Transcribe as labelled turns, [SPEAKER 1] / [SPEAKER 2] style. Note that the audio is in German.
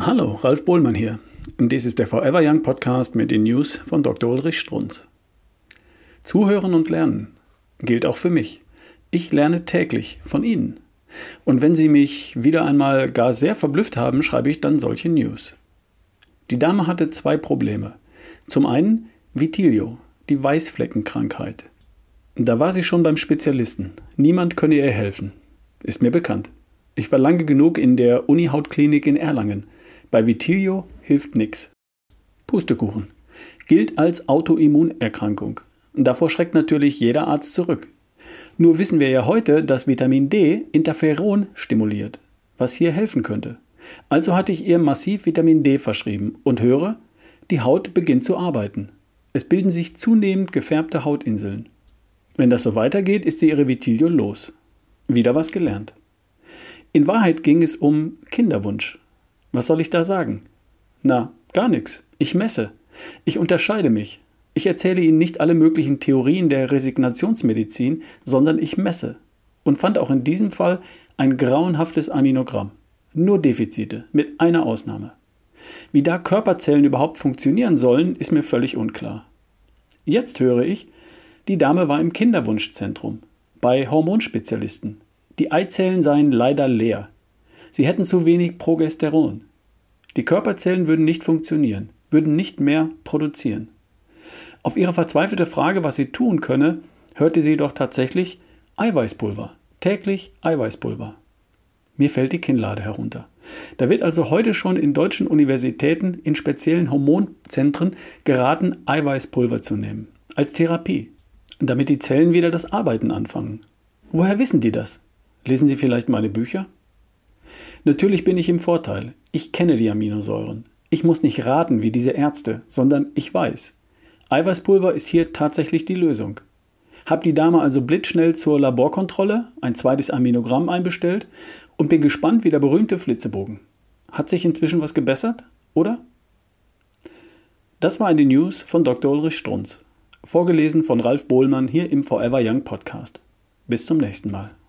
[SPEAKER 1] Hallo, Ralf Bohlmann hier. Und dies ist der Forever Young Podcast mit den News von Dr. Ulrich Strunz. Zuhören und lernen gilt auch für mich. Ich lerne täglich von Ihnen. Und wenn Sie mich wieder einmal gar sehr verblüfft haben, schreibe ich dann solche News. Die Dame hatte 2 Probleme. Zum einen Vitiligo, die Weißfleckenkrankheit. Da war sie schon beim Spezialisten. Niemand könne ihr helfen. Ist mir bekannt. Ich war lange genug in der Uni-Hautklinik in Erlangen. Bei Vitiligo hilft nichts. Pustekuchen. Gilt als Autoimmunerkrankung. Davor schreckt natürlich jeder Arzt zurück. Nur wissen wir ja heute, dass Vitamin D Interferon stimuliert, was hier helfen könnte. Also hatte ich ihr massiv Vitamin D verschrieben und höre, die Haut beginnt zu arbeiten. Es bilden sich zunehmend gefärbte Hautinseln. Wenn das so weitergeht, ist sie ihre Vitiligo los. Wieder was gelernt. In Wahrheit ging es um Kinderwunsch. Was soll ich da sagen? Na, gar nichts. Ich messe. Ich unterscheide mich. Ich erzähle Ihnen nicht alle möglichen Theorien der Resignationsmedizin, sondern ich messe. Und fand auch in diesem Fall ein grauenhaftes Aminogramm. Nur Defizite, mit einer Ausnahme. Wie da Körperzellen überhaupt funktionieren sollen, ist mir völlig unklar. Jetzt höre ich, die Dame war im Kinderwunschzentrum, bei Hormonspezialisten. Die Eizellen seien leider leer. Sie hätten zu wenig Progesteron. Die Körperzellen würden nicht funktionieren, würden nicht mehr produzieren. Auf ihre verzweifelte Frage, was sie tun könne, hörte sie doch tatsächlich Eiweißpulver. Täglich Eiweißpulver. Mir fällt die Kinnlade herunter. Da wird also heute schon in deutschen Universitäten in speziellen Hormonzentren geraten, Eiweißpulver zu nehmen. Als Therapie. Damit die Zellen wieder das Arbeiten anfangen. Woher wissen die das? Lesen Sie vielleicht meine Bücher? Natürlich bin ich im Vorteil. Ich kenne die Aminosäuren. Ich muss nicht raten wie diese Ärzte, sondern ich weiß. Eiweißpulver ist hier tatsächlich die Lösung. Hab die Dame also blitzschnell zur Laborkontrolle ein 2. Aminogramm einbestellt und bin gespannt wie der berühmte Flitzebogen. Hat sich inzwischen was gebessert, oder? Das war eine News von Dr. Ulrich Strunz. Vorgelesen von Ralf Bohlmann hier im Forever Young Podcast. Bis zum nächsten Mal.